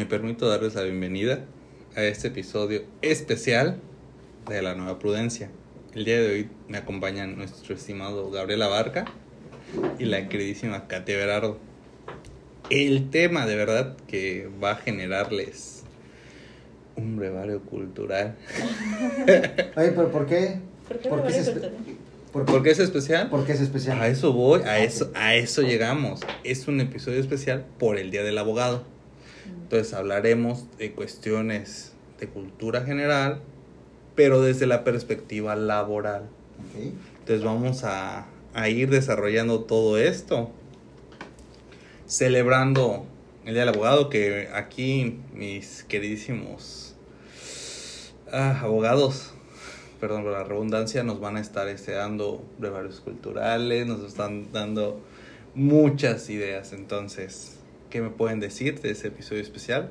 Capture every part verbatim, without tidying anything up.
Me permito darles la bienvenida a este episodio especial de La Nueva Prudencia. El día de hoy me acompañan nuestro estimado Gabriel Abarca y la queridísima Katia Berardo. El tema de verdad que va a generarles un brevario cultural. Oye, pero ¿por qué? ¿Por qué ¿Por qué brevario es espe- cultural? ¿Por, ¿Por qué es especial? ¿Por qué es especial? A eso voy, a Ah, eso, ok. a eso llegamos. Es un episodio especial por el Día del Abogado. Entonces hablaremos de cuestiones de cultura general, pero desde la perspectiva laboral. Okay. Entonces vamos a, a ir desarrollando todo esto, celebrando el Día del Abogado, que aquí mis queridísimos ah, abogados, perdón por la redundancia, nos van a estar este, dando brevarios culturales, nos están dando muchas ideas. Entonces, ¿qué me pueden decir de ese episodio especial?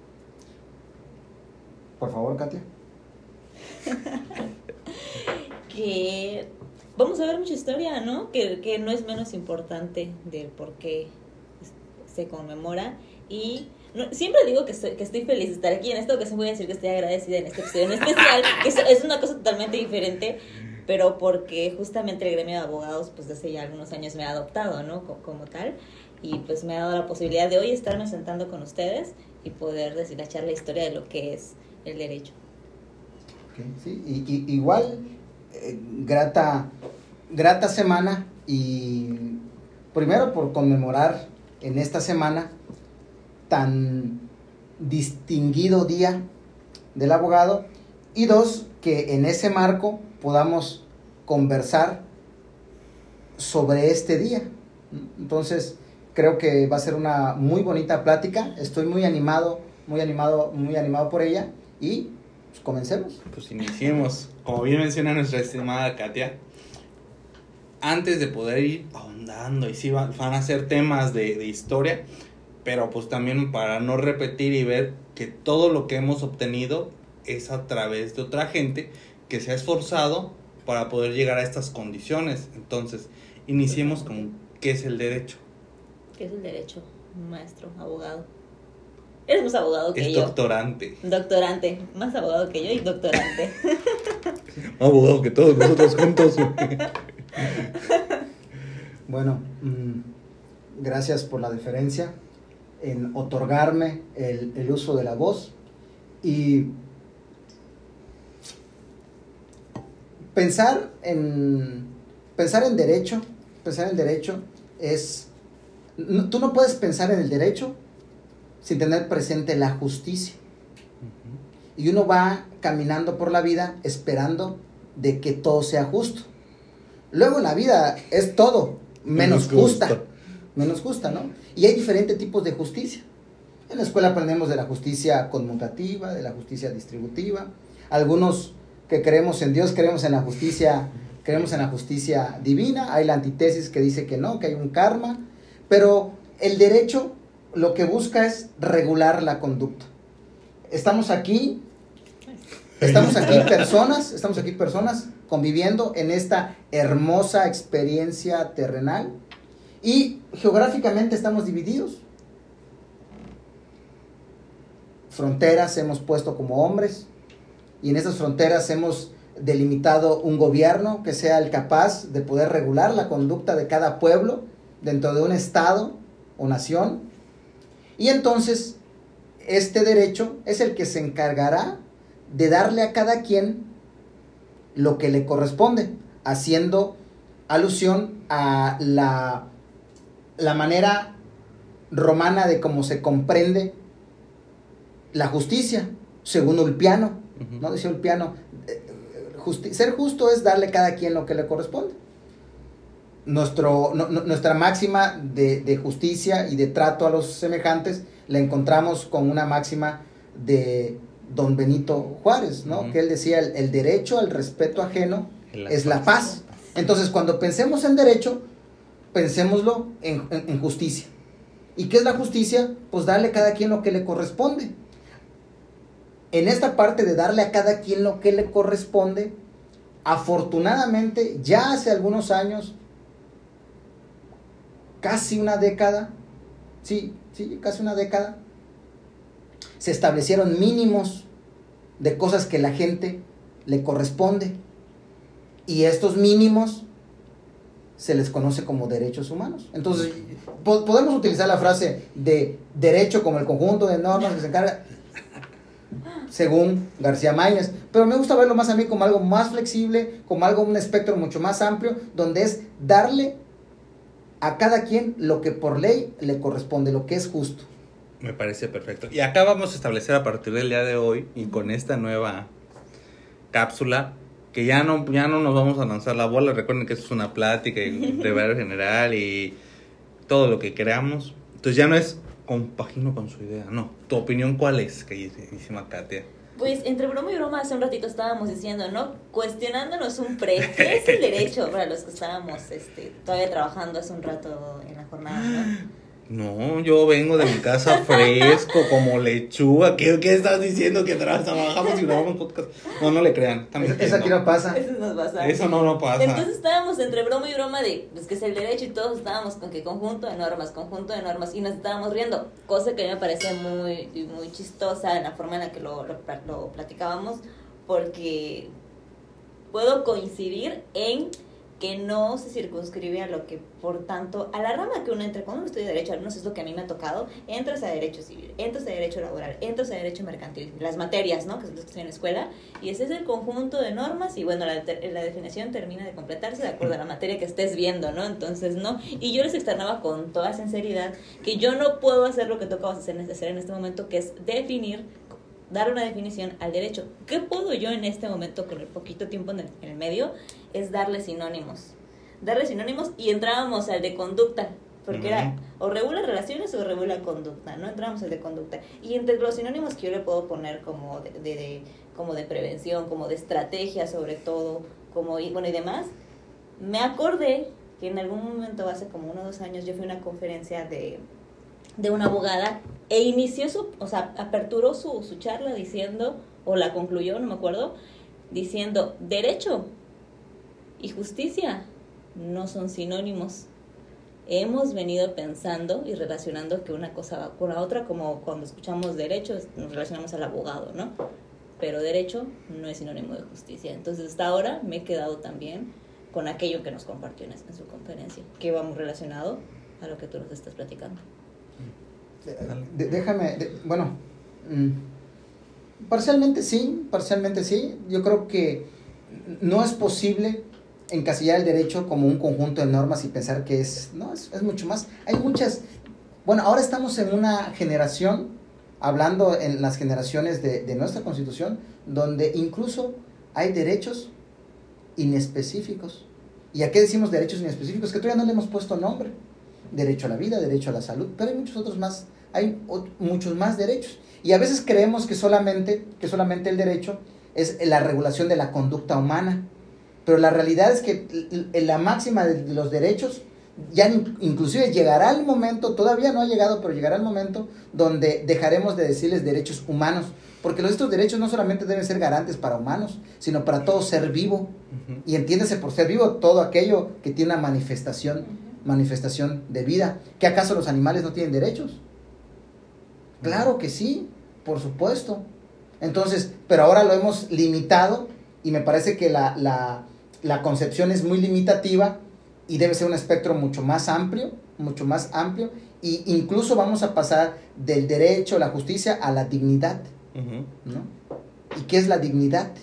Por favor, Katia. Que vamos a ver mucha historia, ¿no? Que, que no es menos importante del por qué se conmemora. Y no, siempre digo que estoy, que estoy feliz de estar aquí. En esta ocasión voy a decir que estoy agradecida en este episodio en especial, que es, es una cosa totalmente diferente, pero porque justamente el gremio de abogados, pues desde ya algunos años me ha adoptado, ¿no? Como, como tal. Y pues me ha dado la posibilidad de hoy estarme sentando con ustedes y poder deshilachar la historia de lo que es el derecho. Okay, sí, y, y, igual, eh, grata, grata semana, y primero por conmemorar en esta semana tan distinguido día del abogado, y dos, que en ese marco podamos conversar sobre este día. Entonces, creo que va a ser una muy bonita plática. Estoy muy animado, muy animado, muy animado por ella, y pues comencemos. Pues iniciemos. Como bien menciona nuestra estimada Katia, antes de poder ir ahondando, y sí van, van a ser temas de, de historia, pero pues también para no repetir y ver que todo lo que hemos obtenido es a través de otra gente que se ha esforzado para poder llegar a estas condiciones. Entonces, iniciemos con qué es el derecho. ¿Qué es el derecho? Maestro, abogado. Eres más abogado que Es yo. doctorante. Doctorante. Más abogado que yo y doctorante. Abogado que todos nosotros juntos. Bueno, mmm, gracias por la deferencia en otorgarme el, el uso de la voz. Y pensar en pensar en derecho, pensar en derecho es no, tú no puedes pensar en el derecho sin tener presente la justicia. Y uno va caminando por la vida esperando de que todo sea justo. Luego en la vida es todo menos, menos justa, justa, menos justa, ¿no? Y hay diferentes tipos de justicia. En la escuela aprendemos de la justicia conmutativa, de la justicia distributiva. Algunos que creemos en Dios creemos en la justicia, creemos en la justicia divina. Hay la antítesis que dice que no, que hay un karma. Pero el derecho lo que busca es regular la conducta. Estamos aquí, estamos aquí personas, estamos aquí personas conviviendo en esta hermosa experiencia terrenal, y geográficamente estamos divididos. Fronteras hemos puesto como hombres, y en esas fronteras hemos delimitado un gobierno que sea el capaz de poder regular la conducta de cada pueblo dentro de un estado o nación. Y entonces este derecho es el que se encargará de darle a cada quien lo que le corresponde, haciendo alusión a la, la manera romana de cómo se comprende la justicia, según Ulpiano, uh-huh. ¿no? Decía Ulpiano, justi- ser justo es darle a cada quien lo que le corresponde. Nuestro, no, no, nuestra máxima de, de justicia y de trato a los semejantes la encontramos con una máxima de don Benito Juárez, ¿no? Uh-huh. Que él decía, el, el derecho al respeto ajeno la es paz. La paz. Entonces, cuando pensemos en derecho, pensémoslo en, en, en justicia. ¿Y qué es la justicia? Pues darle a cada quien lo que le corresponde. En esta parte de darle a cada quien lo que le corresponde, afortunadamente, ya hace algunos años, casi una década, sí, sí, casi una década, se establecieron mínimos de cosas que la gente le corresponde. Y estos mínimos se les conoce como derechos humanos. Entonces, po- podemos utilizar la frase de derecho como el conjunto de normas que se encarga, según García Maínez, pero me gusta verlo más a mí como algo más flexible, como algo, un espectro mucho más amplio, donde es darle a cada quien lo que por ley le corresponde, lo que es justo. Me parece perfecto. Y acá vamos a establecer a partir del día de hoy y con esta nueva cápsula que ya no, ya no nos vamos a lanzar la bola. Recuerden que esto es una plática de ver general y todo lo que creamos. Entonces ya no es compagino con su idea, no. ¿Tu opinión cuál es, queridísima Katia? Pues entre broma y broma hace un ratito estábamos diciendo, ¿no? Cuestionándonos un pre, ¿qué es el derecho? Para los que estábamos este, todavía trabajando hace un rato en la jornada, ¿no? No, yo vengo de mi casa fresco, como lechuga. ¿Qué, qué estás diciendo? Que tra- trabajamos y grabamos podcast. No, no le crean. También Eso aquí no pasa. Eso nos pasa. Eso no, no pasa. Entonces estábamos entre broma y broma de, pues que es el derecho y todos estábamos con que conjunto de normas, conjunto de normas y nos estábamos riendo, cosa que a mí me parece muy, muy chistosa en la forma en la que lo, lo, lo platicábamos, porque puedo coincidir en que no se circunscribe a lo que, por tanto, a la rama que uno entra, cuando uno estudia derecho, al menos es lo que a mí me ha tocado, entras a derecho civil, entras a derecho laboral, entras a derecho mercantil, las materias, ¿no? Que son las que estoy en la escuela, y ese es el conjunto de normas, y bueno, la, la definición termina de completarse de acuerdo a la materia que estés viendo, ¿no? Entonces, no, y yo les externaba con toda sinceridad que yo no puedo hacer lo que tocaba hacer en este momento, que es definir, dar una definición al derecho. ¿Qué puedo yo en este momento, con el poquito tiempo en el, en el medio, es darle sinónimos? Darle sinónimos y entrábamos al de conducta, porque uh-huh. era o regula relaciones o regula conducta, ¿no? Entrábamos al de conducta. Y entre los sinónimos que yo le puedo poner como de, de, de, como de prevención, como de estrategia sobre todo, como y, bueno, y demás, me acordé que en algún momento, hace como uno o dos años, yo fui a una conferencia de... de una abogada e inició su, o sea, aperturó su, su charla diciendo, o la concluyó, no me acuerdo, diciendo, derecho y justicia no son sinónimos. Hemos venido pensando y relacionando que una cosa va con la otra, como cuando escuchamos derecho, nos relacionamos al abogado, ¿no? Pero derecho no es sinónimo de justicia. Entonces, hasta ahora me he quedado también con aquello que nos compartió en, en su conferencia, que vamos relacionado a lo que tú nos estás platicando. De, déjame, de, bueno, mmm, parcialmente sí, parcialmente sí. Yo creo que no es posible encasillar el derecho como un conjunto de normas y pensar que es, no, es, es mucho más. Hay muchas, bueno, ahora estamos en una generación, hablando en las generaciones de, de nuestra Constitución, donde incluso hay derechos inespecíficos. ¿Y a qué decimos derechos inespecíficos? Que todavía no le hemos puesto nombre. Derecho a la vida, derecho a la salud, pero hay muchos otros más, hay o, muchos más derechos. Y a veces creemos que solamente, que solamente el derecho es la regulación de la conducta humana, pero la realidad es que la máxima de los derechos, ya inclusive llegará el momento, todavía no ha llegado, pero llegará el momento donde dejaremos de decirles derechos humanos, porque estos derechos no solamente deben ser garantes para humanos, sino para todo ser vivo, uh-huh. Y entiéndase por ser vivo todo aquello que tiene una manifestación, manifestación de vida. ¿Que acaso los animales no tienen derechos? Claro que sí, por supuesto. Entonces, pero ahora lo hemos limitado y me parece que la, la, la concepción es muy limitativa y debe ser un espectro mucho más amplio, mucho más amplio, y incluso vamos a pasar del derecho, la justicia, a la dignidad, uh-huh. ¿no? ¿Y qué es la dignidad?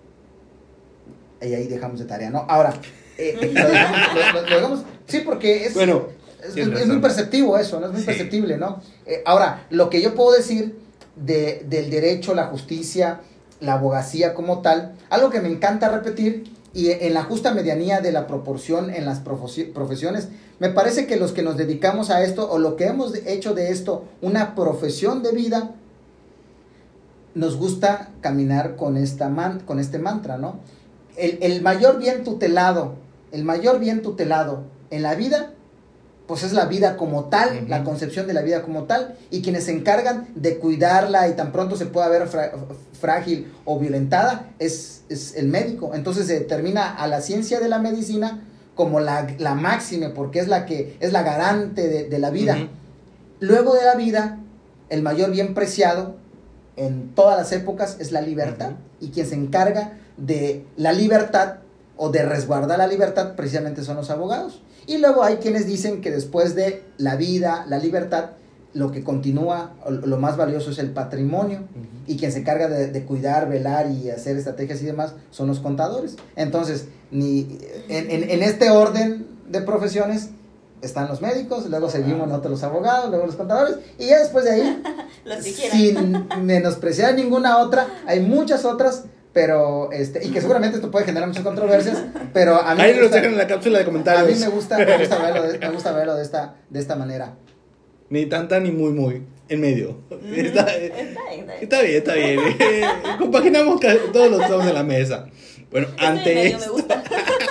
Y ahí dejamos de tarea, ¿no? Ahora, eh, lo dejamos, lo, lo, lo dejamos, sí, porque es, bueno, es, es, es muy perceptivo eso, ¿no? Es muy sí. perceptible, ¿no? Eh, ahora, lo que yo puedo decir de, del derecho, la justicia, la abogacía como tal, algo que me encanta repetir, y en la justa medianía de la proporción en las profesiones, me parece que los que nos dedicamos a esto, o lo que hemos hecho de esto una profesión de vida, nos gusta caminar con, esta man, con este mantra, ¿no? El, el mayor bien tutelado, el mayor bien tutelado en la vida, pues es la vida como tal, uh-huh. La concepción de la vida como tal, y quienes se encargan de cuidarla y tan pronto se pueda ver fra- frágil o violentada, es, es el médico. Entonces se determina a la ciencia de la medicina como la, la máxima, porque es la que es la garante de, de la vida. Uh-huh. Luego de la vida, el mayor bien preciado en todas las épocas es la libertad. Uh-huh. Y quien se encarga de la libertad o de resguardar la libertad precisamente son los abogados. Y luego hay quienes dicen que después de la vida, la libertad, lo que continúa, lo más valioso es el patrimonio. Uh-huh. Y quien se encarga de, de cuidar, velar y hacer estrategias y demás son los contadores. Entonces, ni en, en, en este orden de profesiones están los médicos, luego seguimos nosotros los abogados, luego los contadores, y ya después de ahí, sin menospreciar ninguna otra, hay muchas otras, pero, este, y que seguramente esto puede generar muchas controversias, pero a mí ahí me gusta, nos dejan en la cápsula de comentarios. A mí me gusta, me gusta verlo, de, me gusta verlo de esta, de esta manera. Ni tanta ni muy muy, en medio. Mm, está, está bien, está bien, está bien. Eh, compaginamos todos los que estamos en la mesa. Bueno, este ante medio esto, me gusta.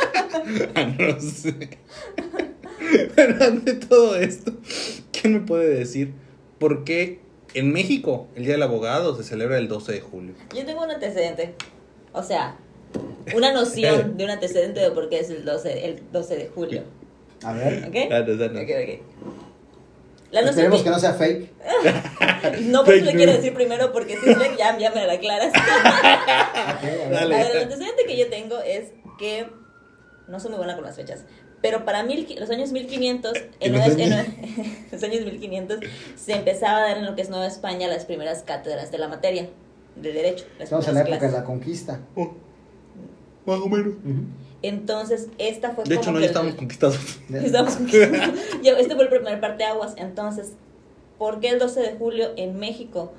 no sé. Pero ante todo esto, ¿quién me puede decir por qué en México el Día del Abogado se celebra el doce de julio? Yo tengo un antecedente, o sea, una noción de un antecedente de por qué es el doce, el doce de julio. A ver. ¿Ok? Dale, dale. Ok, ok. La noción Esperemos que... que no sea fake. No, pues Fake le news. quiero decir primero porque si es fake ya, ya me la aclaras. Okay, a ver. Dale. A ver, el antecedente que yo tengo es que no soy muy buena con las fechas, pero para mil, los años mil quinientos, en, ¿En Nueva, los en, años? los años mil quinientos, se empezaba a dar en lo que es Nueva España las primeras cátedras de la materia de derecho. Las Estamos en la época clases. de la conquista. Oh, más o menos. Uh-huh. Entonces, esta fue De como hecho, no, que ya el- estamos conquistados. Estamos conquistando. Ya, este fue el primer parteaguas. Entonces, ¿por qué el doce de julio en México?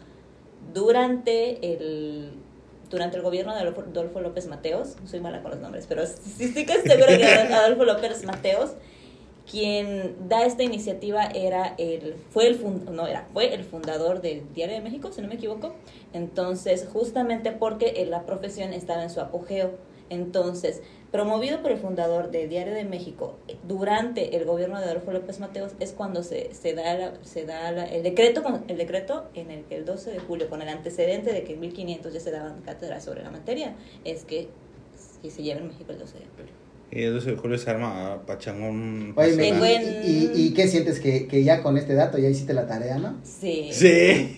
Durante el durante el gobierno de Adolfo, Adolfo López Mateos, soy mala con los nombres, pero sí estoy casi segura que Adolfo López Mateos, quien da esta iniciativa era el fue el fund, no era fue el fundador del Diario de México, si no me equivoco. Entonces, justamente porque la profesión estaba en su apogeo. Entonces, promovido por el fundador del Diario de México durante el gobierno de Adolfo López Mateos es cuando se, se da, la, se da la, el, decreto, el decreto en el que el doce de julio, con el antecedente de que en mil quinientos ya se daban cátedras sobre la materia, es que sí se lleva en México el doce de julio. Y el doce de julio se arma pachangón. Oye, Sí, ¿y, fue y, en- y, y qué sientes? Que, que ya con este dato ya hiciste la tarea, ¿no? Sí. Sí.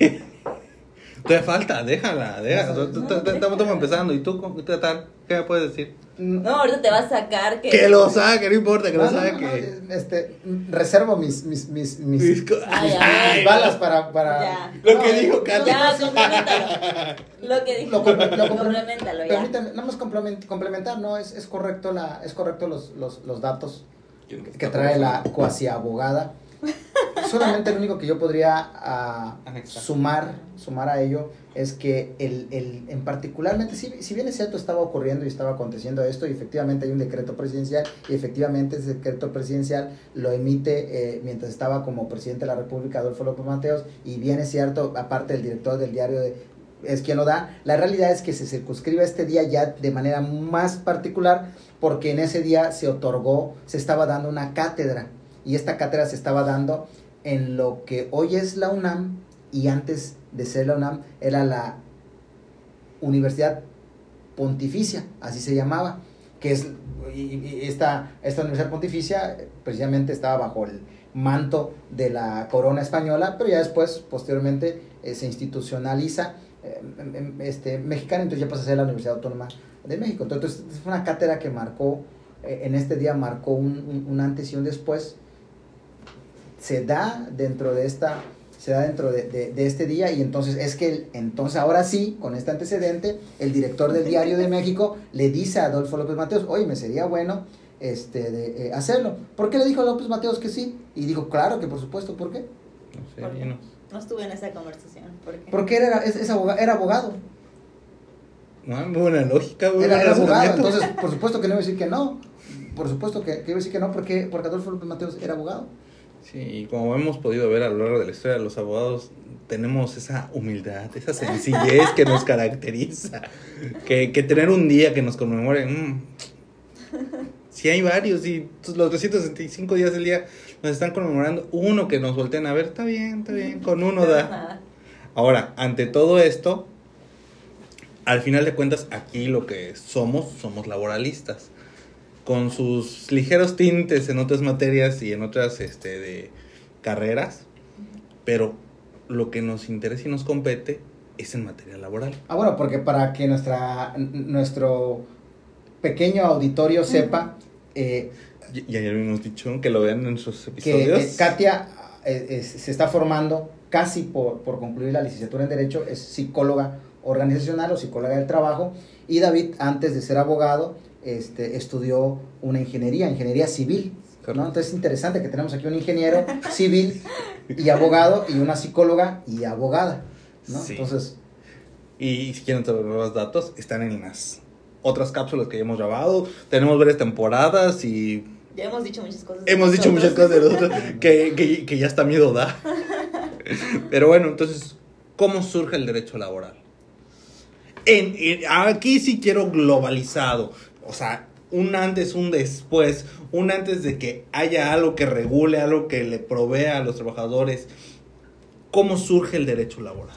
Te falta, déjala, déjala. No, Tú- no, tú- Estamos déjala. estamos empezando. ¿Y tú qué tal? ¿Qué me puedes decir? No, ahorita te va a sacar que... Que lo saque, no importa, que No, lo no, saque. no, no, este, reservo mis, mis, mis, mis, Disco- Ay, mis ay, balas para... para Ya. Lo No, que dijo no, Ya, Carlos. complementalo. Lo que dijo. Lo, compre- lo compre- Complementalo ya. Permítame, nada más complement- complementar, ¿no? Es, es correcto, la, es correcto los, los, los datos que trae la cuasi abogada. Solamente lo único que yo podría ah, Anexar. sumar, sumar a ello es que el, el, en particularmente, si, si bien es cierto, estaba ocurriendo y estaba aconteciendo esto, y efectivamente hay un decreto presidencial, y efectivamente ese decreto presidencial lo emite eh, mientras estaba como presidente de la República Adolfo López Mateos, y bien es cierto, aparte el director del diario de, es quien lo da, la realidad es que se circunscribe este día ya de manera más particular, porque en ese día se otorgó, se estaba dando una cátedra, y esta cátedra se estaba dando en lo que hoy es la UNAM, y antes de ser la UNAM era la Universidad Pontificia, así se llamaba, que es, y, y esta, esta Universidad Pontificia precisamente estaba bajo el manto de la corona española, pero ya después, posteriormente, eh, se institucionaliza eh, este, mexicana, entonces ya pasa a ser la Universidad Autónoma de México. Entonces, es una cátedra que marcó, eh, en este día marcó un, un, un antes y un después. Se da dentro de esta, se da dentro de, de, de este día, y entonces es que, el, entonces ahora sí, con este antecedente, el director del Diario de México le dice a Adolfo López Mateos, oye, me sería bueno este, de, eh, hacerlo. ¿Por qué le dijo a López Mateos que sí? Y dijo, claro que por supuesto, ¿por qué? No sé, ¿Por qué? yo no. No estuve en esa conversación. ¿Por qué? Porque era, es, es abogado, era abogado, No, muy buena lógica, muy era, buen era abogado, razonamiento. entonces por supuesto que no iba a decir que no, por supuesto que, que iba a decir que no, porque, porque Adolfo López Mateos era abogado. Sí, y como hemos podido ver a lo largo de la historia, los abogados tenemos esa humildad, esa sencillez que nos caracteriza. Que, que tener un día que nos conmemore. Mmm, si hay varios, y los trescientos sesenta y cinco días del día nos están conmemorando, uno que nos volteen a ver, está bien, está bien, con uno da. Nada. Ahora, ante todo esto, al final de cuentas, aquí lo que somos, somos laboralistas. Con sus ligeros tintes en otras materias y en otras este, de carreras, pero lo que nos interesa y nos compete es en materia laboral. Ah, bueno, porque para que nuestra nuestro pequeño auditorio sepa... Eh, y, ya habíamos dicho que lo vean en sus que episodios. eh, Katia eh, eh, se está formando casi por, por concluir la licenciatura en Derecho, es psicóloga organizacional o psicóloga del trabajo, y David, antes de ser abogado, este, estudió una ingeniería, ingeniería civil, ¿no? Entonces es interesante que tenemos aquí un ingeniero civil y abogado, y una psicóloga y abogada, ¿no? Sí. Entonces... Y si quieren saber los datos, están en las otras cápsulas que ya hemos grabado. Tenemos varias temporadas y... Ya hemos dicho muchas cosas. Hemos dicho muchas cosas de nosotros que, que, que ya hasta miedo da. Pero bueno, entonces, ¿cómo surge el derecho laboral? En, en, aquí sí quiero globalizado. O sea, un antes, un después. Un antes de que haya algo que regule, algo que le provea a los trabajadores. ¿Cómo surge el derecho laboral?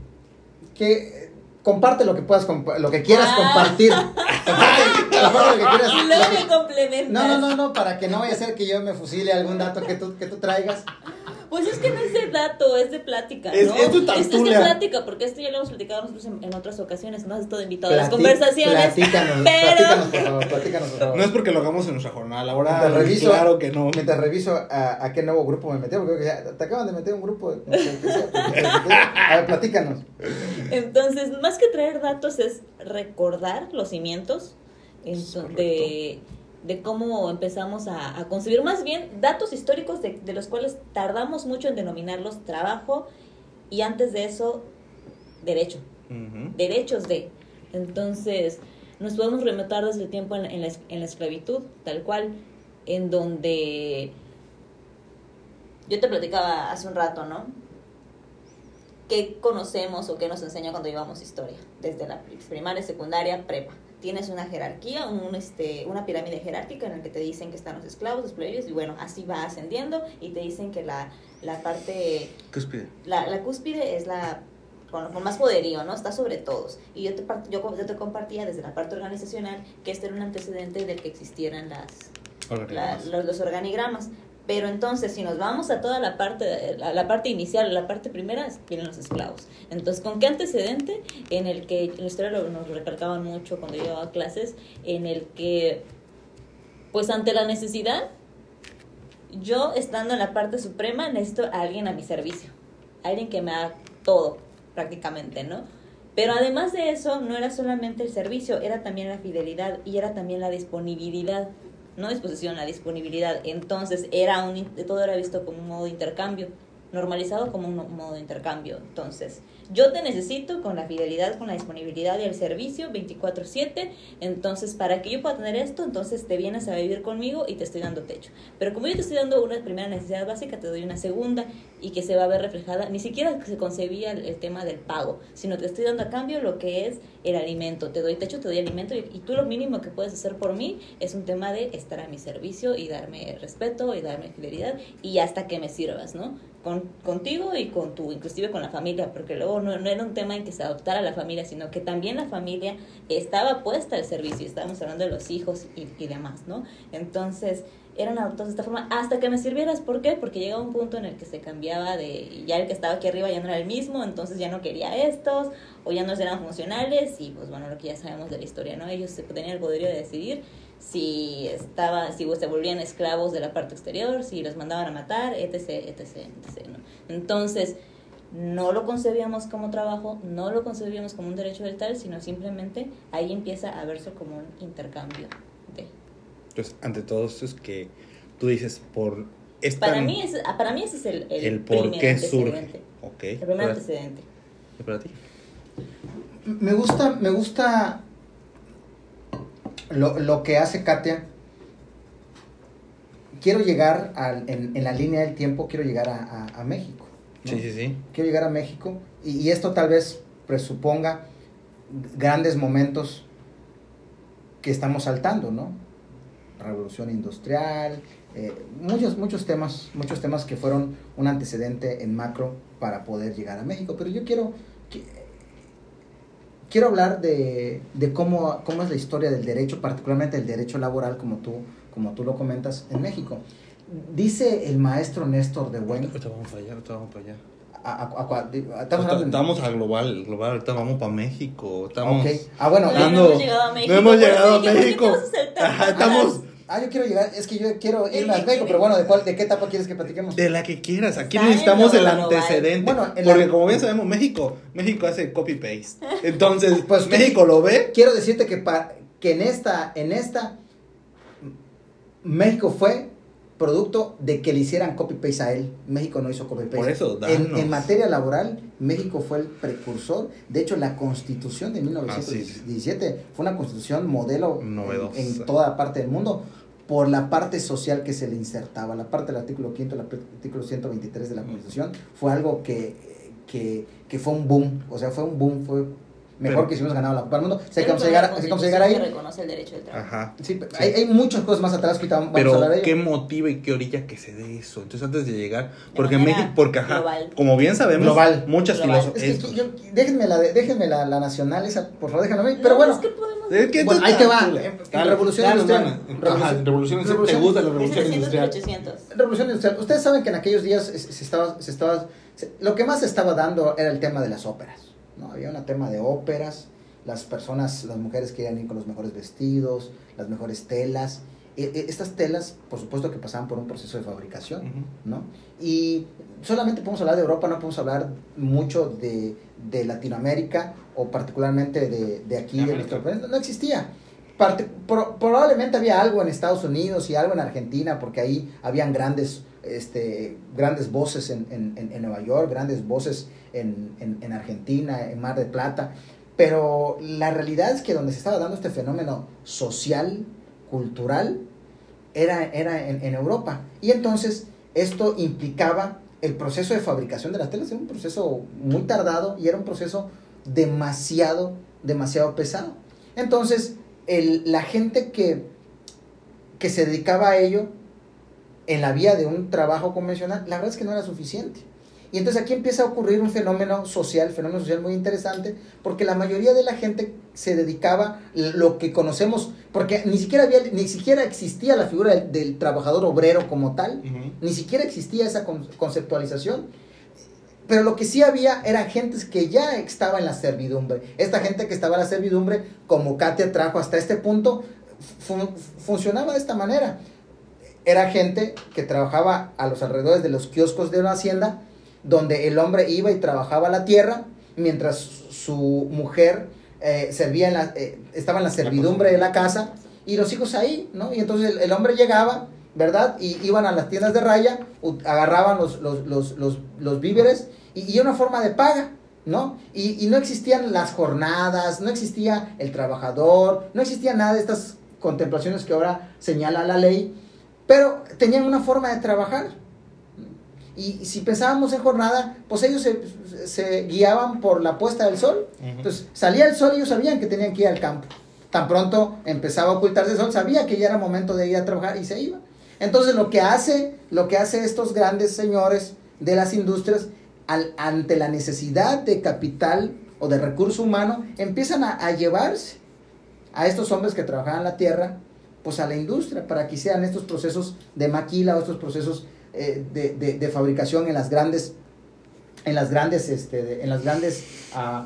Que comparte lo que puedas, compa- lo que quieras Ah. compartir. Comparte la forma lo que quieras. Y luego me complementas. No, no, no, no, para que no vaya a ser que yo me fusile algún dato que tú, que tú traigas. Pues es que no es de dato, es de plática, ¿no? Es- es tu Esto es de tertulia. plática, porque esto ya lo hemos platicado nosotros en, en otras ocasiones, no has estado invitado a las Plati- conversaciones. Platícanos, pero... platícanos, por favor, platícanos, por favor. No es porque lo hagamos en nuestra jornada laboral. Mientras reviso, Claro que no. mientras reviso a, a qué nuevo grupo me metí, porque creo que ya te acaban de meter un grupo. No sé qué sea, porque- a ver, platícanos. Entonces, más que traer datos es recordar los cimientos ento- de, de cómo empezamos a, a concebir, más bien datos históricos de, de los cuales tardamos mucho en denominarlos trabajo, y antes de eso, derecho, Uh-huh. derechos de. Entonces, nos podemos remontar desde el tiempo en, en, la, es- en la esclavitud, tal cual, en donde yo te platicaba hace un rato, ¿no? ¿Qué conocemos o qué nos enseña cuando llevamos historia? Desde la primaria, secundaria, prepa. Tienes una jerarquía, un, este, una pirámide jerárquica en la que te dicen que están los esclavos, los plebeyos, y bueno, así va ascendiendo, y te dicen que la, la parte, Cúspide. la, la cúspide es la con, con más poderío, ¿no? Está sobre todos. Y yo te, part- yo, yo te compartía desde la parte organizacional que este era un antecedente de que existieran las, la, Organigramas. los, los organigramas. Pero entonces, si nos vamos a toda la parte, la, la parte inicial, la parte primera, vienen los esclavos. Entonces, ¿con qué antecedente? En el que, en la historia lo, nos recalcaban mucho cuando yo daba clases, en el que, pues ante la necesidad, yo estando en la parte suprema, necesito a alguien a mi servicio. Alguien que me haga todo, prácticamente, ¿no? Pero además de eso, no era solamente el servicio, era también la fidelidad y era también la disponibilidad. No disposición, la disponibilidad. Entonces, era un, todo era visto como un modo de intercambio, normalizado como un modo de intercambio. Entonces, yo te necesito con la fidelidad, con la disponibilidad y el servicio veinticuatro siete. Entonces, para que yo pueda tener esto, entonces te vienes a vivir conmigo y te estoy dando techo. Pero como yo te estoy dando una primera necesidad básica, te doy una segunda y que se va a ver reflejada. Ni siquiera se concebía el, el tema del pago, sino te estoy dando a cambio lo que es el alimento. Te doy techo, te doy alimento, y, y tú lo mínimo que puedes hacer por mí es un tema de estar a mi servicio y darme respeto y darme fidelidad y hasta que me sirvas, ¿no? Con, contigo y con tu, inclusive con la familia, porque luego no, no era un tema en que se adoptara la familia, sino que también la familia estaba puesta al servicio, y estábamos hablando de los hijos y, y demás, ¿no? Entonces, eran adoptados de esta forma hasta que me sirvieras. ¿Por qué? Porque llegaba un punto en el que se cambiaba de, ya el que estaba aquí arriba ya no era el mismo, entonces ya no quería estos, o ya no eran funcionales, y pues bueno, lo que ya sabemos de la historia, ¿no? Ellos tenían el poder de decidir si estaba, si se volvían esclavos de la parte exterior, si los mandaban a matar, etc, etc, etc, ¿no? Entonces, no lo concebíamos como trabajo, no lo concebíamos como un derecho del tal, sino simplemente ahí empieza a verse como un intercambio de... Entonces, ante todo esto es que tú dices, por esta... Para mí, es, para mí ese es el, el, el por primer qué antecedente. surge. Ok. El primer Para- antecedente. ¿Y para ti? Me gusta, me gusta lo, lo que hace Katia. Quiero llegar al, en, en la línea del tiempo, quiero llegar a, a, a México, ¿no? Sí, sí, sí. Quiero llegar a México y, y esto tal vez presuponga grandes momentos que estamos saltando, ¿no? Revolución industrial, eh, muchos, muchos temas, muchos temas que fueron un antecedente en macro para poder llegar a México. Pero yo quiero, qui- quiero hablar de, de cómo, cómo es la historia del derecho, particularmente el derecho laboral, como tú, como tú lo comentas, en México. Dice el maestro Néstor de Buen, Ahorita vamos para allá, ahorita vamos para allá. a, a, a, estamos, estamos, estamos a global, global, ahorita vamos para México. Estamos okay. Ah, bueno, no, no hemos llegado a México. No hemos llegado a México. Ajá, estamos... Ah, yo quiero llegar, es que yo quiero irme a México, pero bueno, ¿de cuál, de qué etapa quieres que platiquemos? De la que quieras, aquí Está necesitamos el global. antecedente. Bueno, en porque la... como bien sabemos, México, México hace copy-paste. Entonces, pues México lo ve. Quiero decirte que, pa, que en esta, en esta, México fue producto de que le hicieran copy-paste a él. México no hizo copy-paste. Por eso, en, en materia laboral, México fue el precursor. De hecho, la Constitución de mil novecientos diecisiete ah, sí. fue una Constitución modelo en, en toda parte del mundo, por la parte social que se le insertaba. La parte del artículo quinto, el artículo ciento veintitrés de la Constitución, fue algo que, que, que fue un boom. O sea, fue un boom, fue... Mejor pero, que si hubiéramos ganado la Copa del Mundo. Sé que vamos a llegar, sé que vamos a llegar ahí. Reconoce el derecho del trabajo. Ajá. Sí, sí. Hay, hay muchas cosas más atrás que vamos pero a hablar de ello. ¿qué motiva y qué orilla que se dé eso? Entonces, antes de llegar, porque México, porque ajá, global. Como bien sabemos, global. muchas filosofías. Es que yo, déjenme la, déjenme la, la nacional esa, por favor, déjenme a mí. Pero no, bueno, es que podemos... es que bueno, ahí te va. Dale, revolución dale, industrial. Dale, ajá, revolución industrial. ¿Te gusta la revolución industrial? Revolución industrial. Ustedes saben que en aquellos días se, se estaba, se estaba, se, lo que más se estaba dando era el tema de las óperas. ¿No? Había un tema de óperas. Las personas, las mujeres querían ir con los mejores vestidos, las mejores telas. E, estas telas, por supuesto que pasaban por un proceso de fabricación, uh-huh. ¿no? Y solamente podemos hablar de Europa, no podemos hablar mucho de, de Latinoamérica o particularmente de, de aquí, de nuestro país. No existía. Parte, pro, probablemente había algo en Estados Unidos y algo en Argentina, porque ahí habían grandes, este, grandes voces en, en, en Nueva York, grandes voces en, en, en Argentina, en Mar del Plata. Pero la realidad es que donde se estaba dando este fenómeno social, cultural, era, era en, en Europa. Y entonces esto implicaba el proceso de fabricación de las telas. Era un proceso muy tardado y era un proceso demasiado, demasiado pesado. Entonces, el, la gente que, que se dedicaba a ello en la vía de un trabajo convencional, la verdad es que no era suficiente. Y entonces aquí empieza a ocurrir un fenómeno social, fenómeno social muy interesante, porque la mayoría de la gente se dedicaba lo que conocemos, porque ni siquiera había, ni siquiera existía la figura del, del trabajador obrero como tal, uh-huh. ni siquiera existía esa con, conceptualización, pero lo que sí había eran gentes que ya estaba en la servidumbre. Esta gente que estaba en la servidumbre, como Katia trajo hasta este punto, fun, funcionaba de esta manera. Era gente que trabajaba a los alrededores de los kioscos de una hacienda, donde el hombre iba y trabajaba la tierra, mientras su mujer eh, servía en la, eh, estaba en la servidumbre de la casa, y los hijos ahí, ¿no? Y entonces el, el hombre llegaba, ¿verdad? Y iban a las tiendas de raya, u, agarraban los, los, los, los, los víveres, y, y una forma de paga, ¿no? Y, y no existían las jornadas, no existía el trabajador, no existía nada de estas contemplaciones que ahora señala la ley, pero tenían una forma de trabajar. Y, y si pensábamos en jornada, pues ellos se, se guiaban por la puesta del sol. Uh-huh. Entonces salía el sol y ellos sabían que tenían que ir al campo. Tan pronto empezaba a ocultarse el sol, sabía que ya era momento de ir a trabajar y se iba. Entonces lo que hace, lo que hace estos grandes señores de las industrias, al, ante la necesidad de capital o de recurso humano, empiezan a, a llevarse a estos hombres que trabajaban la tierra, pues a la industria, para que hicieran estos procesos de maquila o estos procesos eh, de, de, de fabricación en las grandes, en las grandes, este, de, en las grandes uh,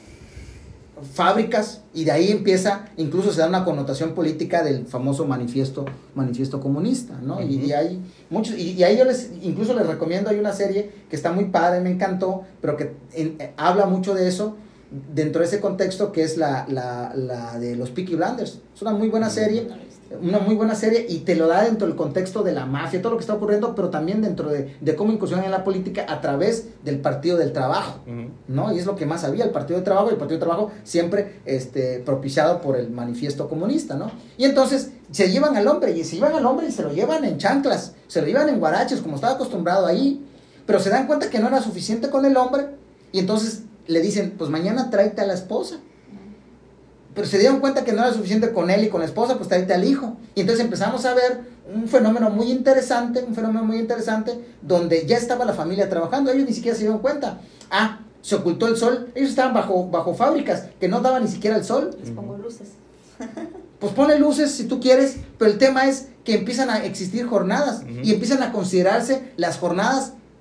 fábricas, y de ahí empieza, incluso se da una connotación política del famoso manifiesto, manifiesto comunista, ¿no? Uh-huh. y, y hay muchos, y, y ahí yo les, incluso les recomiendo, hay una serie que está muy padre, me encantó, pero que en, eh, habla mucho de eso, dentro de ese contexto, que es la, la, la de los Peaky Blinders. Es una muy buena serie, una muy buena serie, y te lo da dentro del contexto de la mafia, todo lo que está ocurriendo, pero también dentro de, de cómo incursionan en la política a través del Partido del Trabajo, uh-huh. ¿no? Y es lo que más había, el Partido del Trabajo, y el Partido del Trabajo siempre este, propiciado por el manifiesto comunista, ¿no? Y entonces se llevan al hombre, y se llevan al hombre y se lo llevan en chanclas, se lo llevan en guaraches, como estaba acostumbrado ahí, pero se dan cuenta que no era suficiente con el hombre, y entonces le dicen, pues mañana tráete a la esposa. Pero se dieron cuenta que no era suficiente con él y con la esposa, pues tráete al hijo. Y entonces empezamos a ver un fenómeno muy interesante, un fenómeno muy interesante, donde ya estaba la familia trabajando, ellos ni siquiera se dieron cuenta. Ah, se ocultó el sol, ellos estaban bajo, bajo fábricas que no daban ni siquiera el sol. Les pongo luces. Pues ponle luces si tú quieres, pero el tema es que empiezan a existir jornadas, uh-huh. y empiezan a considerarse las jornadas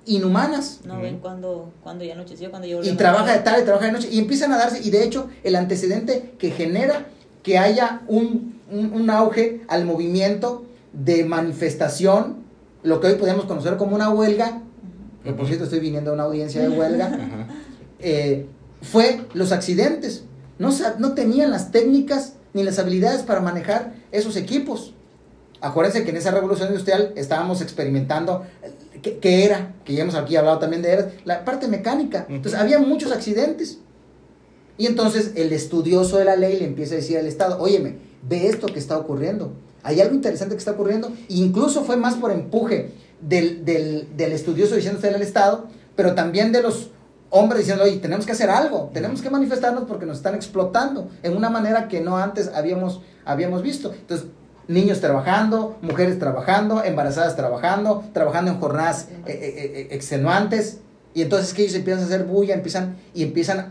inhumanas. No ven cuando, cuando ya anocheció, cuando yo Y trabaja de tarde, trabaja de noche, y empiezan a darse, y de hecho, el antecedente que genera que haya un, un, un auge al movimiento de manifestación, lo que hoy podemos conocer como una huelga, que por cierto estoy viniendo a una audiencia de huelga, eh, fue los accidentes. No, no tenían las técnicas ni las habilidades para manejar esos equipos. Acuérdense que en esa revolución industrial estábamos experimentando qué, qué era, que ya hemos aquí hablado también de era, la parte mecánica. Entonces había muchos accidentes. Y entonces el estudioso de la ley le empieza a decir al Estado, óyeme, ve esto que está ocurriendo. Hay algo interesante que está ocurriendo. Incluso fue más por empuje del, del, del estudioso diciéndose al Estado, pero también de los hombres diciendo, oye, tenemos que hacer algo, tenemos que manifestarnos porque nos están explotando en una manera que no antes habíamos, habíamos visto. Entonces, niños trabajando, mujeres trabajando, embarazadas trabajando, trabajando en jornadas eh, eh, extenuantes, y entonces que ellos empiezan a hacer bulla, empiezan y empiezan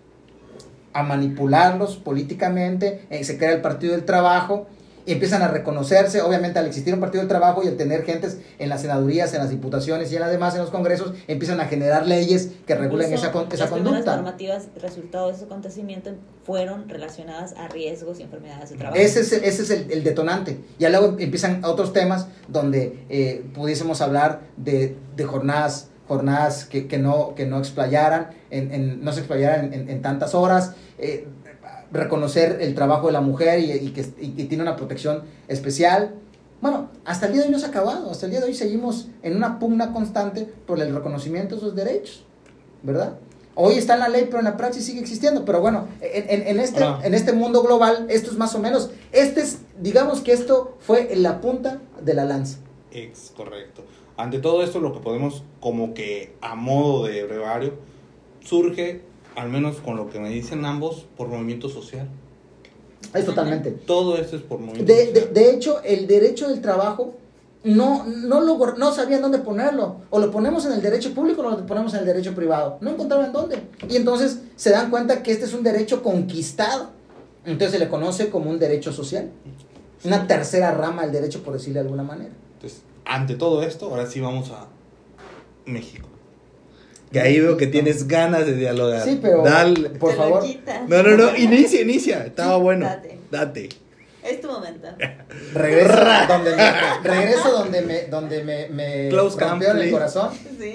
a manipularlos políticamente, eh, se crea el Partido del Trabajo, y empiezan a reconocerse, obviamente al existir un Partido del Trabajo y al tener gentes en las senadurías, en las diputaciones y en las demás, en los congresos, empiezan a generar leyes que regulen esa, esa las conducta. Las primeras normativas resultado de ese acontecimiento fueron relacionadas a riesgos y enfermedades de trabajo. Ese es, ese es el, el detonante. Ya luego empiezan otros temas donde eh, pudiésemos hablar de, de jornadas jornadas que, que, no, que no explayaran, en, en, no se explayaran en, en, en tantas horas, eh, reconocer el trabajo de la mujer y, y que y, y tiene una protección especial. Bueno, hasta el día de hoy no se ha acabado, hasta el día de hoy seguimos en una pugna constante por el reconocimiento de sus derechos, ¿verdad? Hoy está en la ley, pero en la praxis sigue existiendo. Pero bueno, en, en, en, este, no. en este mundo global, esto es más o menos, este es, digamos que esto fue en la punta de la lanza. Es correcto. Ante todo esto, lo que podemos, como que a modo de brevario, surge, al menos con lo que me dicen ambos, por movimiento social. Es totalmente. Todo esto es por movimiento de, social. De, de hecho, el derecho del trabajo no, no, lo, no sabían dónde ponerlo. O lo ponemos en el derecho público o lo ponemos en el derecho privado. No encontraban dónde. Y entonces se dan cuenta que este es un derecho conquistado. Entonces se le conoce como un derecho social. Una tercera rama del derecho, por decirle de alguna manera. Entonces, ante todo esto, ahora sí vamos a México. Que ahí veo que tienes ganas de dialogar. Sí, pero Dale. por Te favor. No, no, no, inicia, inicia. Estaba Sí, bueno. date. Date. Es tu momento. Regreso donde me, regreso donde me, donde me, me Close rompieron camp, el corazón. Sí.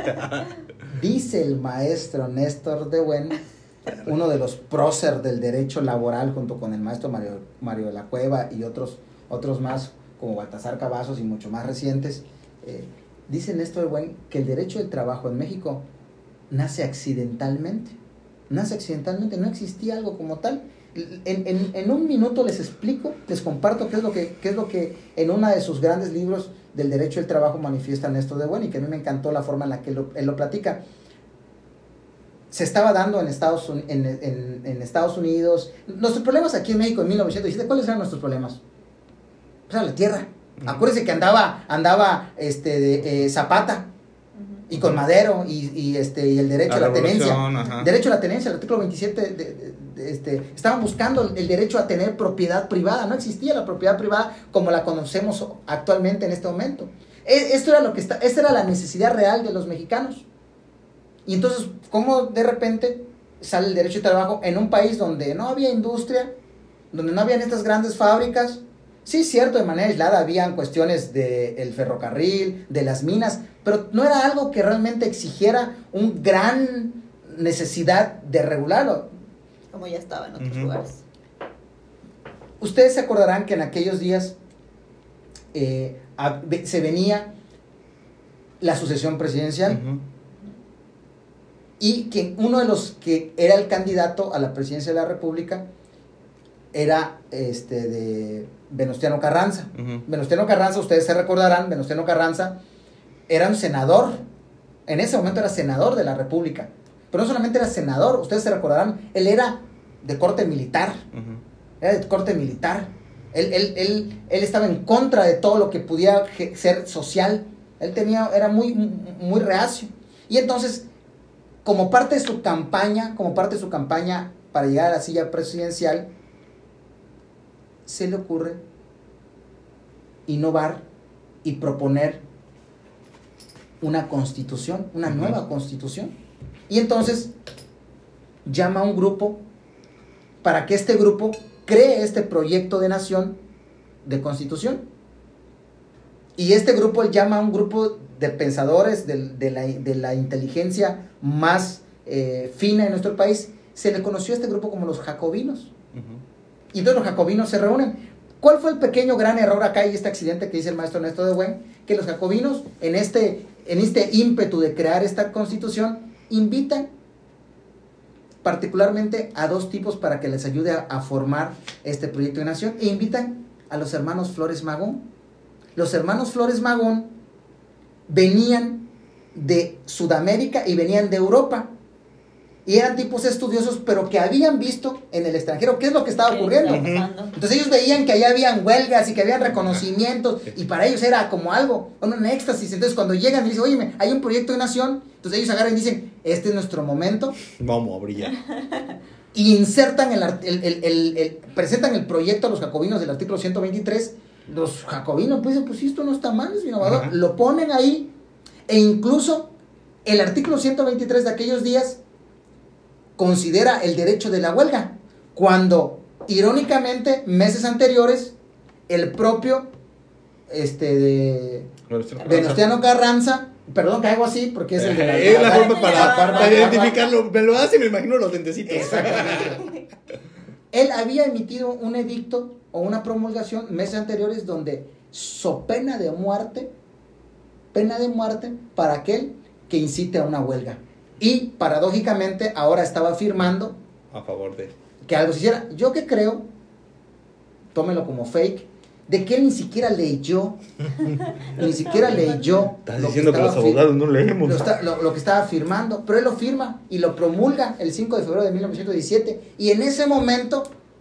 Dice el maestro Néstor de Buen, uno de los prócer del derecho laboral, junto con el maestro Mario, Mario de la Cueva y otros, otros más, como Baltasar Cavazos y mucho más recientes, eh, dice Néstor de Buen que el derecho del trabajo en México nace accidentalmente. Nace accidentalmente, no existía algo como tal. En, en, en un minuto les explico, les comparto qué es lo que, qué es lo que en uno de sus grandes libros del derecho del trabajo manifiesta Néstor de Buen, y que a mí me encantó la forma en la que él lo, él lo platica. Se estaba dando en Estados, en, en, en Estados Unidos, nuestros problemas aquí en México en mil novecientos diecisiete, ¿cuáles eran nuestros problemas? O sea, la tierra. Uh-huh. Acuérdense que andaba, andaba este, de, eh, Zapata, y con Madero, y, y, este, y el derecho la a la tenencia. Ajá. Derecho a la tenencia, el artículo veintisiete, de, de, de, este, estaban buscando el derecho a tener propiedad privada. No existía la propiedad privada como la conocemos actualmente en este momento. Esto era lo que está, esta era la necesidad real de los mexicanos. Y entonces, ¿cómo de repente sale el derecho de trabajo en un país donde no había industria, donde no habían estas grandes fábricas? Sí, cierto, de manera aislada habían cuestiones del ferrocarril, de las minas, pero no era algo que realmente exigiera una gran necesidad de regularlo. Como ya estaba en otros uh-huh. lugares. Ustedes se acordarán que en aquellos días eh, a, se venía la sucesión presidencial, uh-huh. y que uno de los que era el candidato a la presidencia de la República era este de Venustiano Carranza. Uh-huh. Venustiano Carranza, ustedes se recordarán, Venustiano Carranza era un senador, en ese momento era senador de la República, pero no solamente era senador, ustedes se recordarán, él era de corte militar, uh-huh. era de corte militar, él, él, él, él estaba en contra de todo lo que pudiera ser social, él tenía, era muy, muy reacio, y entonces, como parte de su campaña, como parte de su campaña para llegar a la silla presidencial, se le ocurre innovar y proponer una constitución, una uh-huh. nueva constitución. Y entonces llama a un grupo para que este grupo cree este proyecto de nación de constitución. Y este grupo él llama a un grupo de pensadores de, de, la, de la inteligencia más eh, fina en nuestro país. Se le conoció a este grupo como los jacobinos. Uh-huh. Y entonces los jacobinos se reúnen. ¿Cuál fue el pequeño gran error acá y este accidente que dice el maestro Ernesto de Buen? Que los jacobinos, en este, en este ímpetu de crear esta constitución, invitan particularmente a dos tipos para que les ayude a, a formar este proyecto de nación, e invitan a los hermanos Flores Magón. Los hermanos Flores Magón venían de Sudamérica y venían de Europa. Y eran tipos estudiosos, pero que habían visto en el extranjero qué es lo que estaba ocurriendo. Entonces ellos veían que allá habían huelgas y que habían reconocimientos, y para ellos era como algo, un éxtasis. Entonces cuando llegan y dicen, oye, hay un proyecto de nación, entonces ellos agarran y dicen, este es nuestro momento. Vamos a brillar. Y insertan, el, el, el, el, el presentan el proyecto a los jacobinos del artículo ciento veintitrés. Los jacobinos pues dicen, pues esto no está mal, es innovador. Ajá. Lo ponen ahí, e incluso el artículo ciento veintitrés de aquellos días considera el derecho de la huelga, cuando irónicamente meses anteriores el propio este de Venustiano Carranza, perdón que hago así porque es el de la, es la forma para, para, para identificarlo, me lo hace y me imagino los dentecitos. Exactamente. Él había emitido un edicto o una promulgación meses anteriores donde so pena de muerte, pena de muerte para aquel que incite a una huelga. Y paradójicamente ahora estaba afirmando a favor de que algo se hiciera. Yo que creo, tómelo como fake, de que él ni siquiera leyó, ni siquiera leyó. Estás diciendo que, que los abogados no leemos. Lo, está, lo, lo que estaba firmando, pero él lo firma y lo promulga el cinco de febrero de mil novecientos diecisiete. Y en ese momento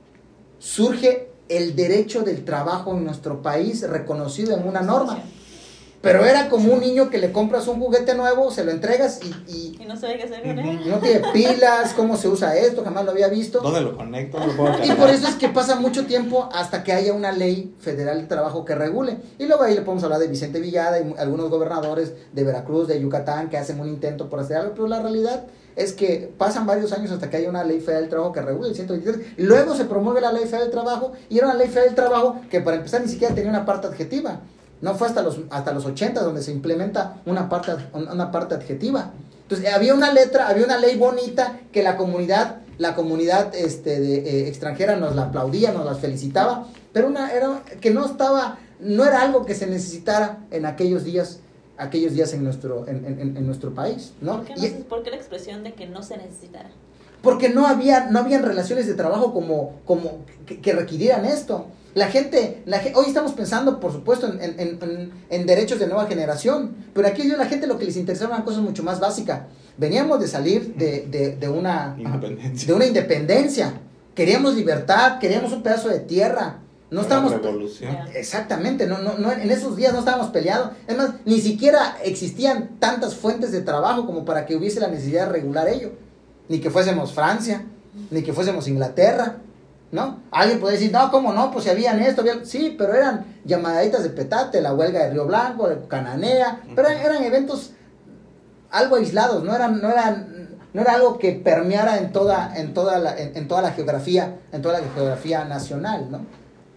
surge el derecho del trabajo en nuestro país reconocido en una norma. Pero era como un niño que le compras un juguete nuevo, se lo entregas y... Y, y no sabe qué hacer con él. No tiene pilas, cómo se usa esto, jamás lo había visto. ¿Dónde lo conecto? ¿Dónde lo puedo cargar? Y por eso es que pasa mucho tiempo hasta que haya una ley federal de trabajo que regule. Y luego ahí le podemos hablar de Vicente Villada y algunos gobernadores de Veracruz, de Yucatán, que hacen un intento por hacer algo. Pero la realidad es que pasan varios años hasta que haya una ley federal del trabajo que regule el ciento veintitrés. Luego se promueve la ley federal del trabajo y era una ley federal del trabajo que para empezar ni siquiera tenía una parte adjetiva. No fue hasta los hasta los ochenta donde se implementa una parte una parte adjetiva. Entonces había una letra, había una ley bonita que la comunidad la comunidad este de, eh, extranjera nos la aplaudía, nos la felicitaba, pero una era que no estaba no era algo que se necesitara en aquellos días aquellos días en nuestro en, en, en nuestro país, ¿no? ¿Por qué, no y, ¿Por qué la expresión de que no se necesitara? Porque no había no habían relaciones de trabajo como como que, que requirieran esto. La gente, la, hoy estamos pensando, por supuesto, en, en, en, en derechos de nueva generación, pero aquí la gente lo que les interesaba eran cosas mucho más básicas. Veníamos de salir de, de, de, una, independencia. de una independencia, queríamos libertad, queríamos un pedazo de tierra. No estábamos, revolución. Exactamente, no, no, no, en esos días no estábamos peleados. Es más, ni siquiera existían tantas fuentes de trabajo como para que hubiese la necesidad de regular ello. Ni que fuésemos Francia, ni que fuésemos Inglaterra, ¿no? Alguien puede decir, no, ¿cómo no? Pues si habían esto, habían... sí, pero eran llamaditas de petate, la huelga de Río Blanco, de Cananea, pero eran, eran eventos algo aislados, no eran, no eran, no era algo que permeara en toda, en toda la, en, en toda la geografía, en toda la geografía nacional, ¿no?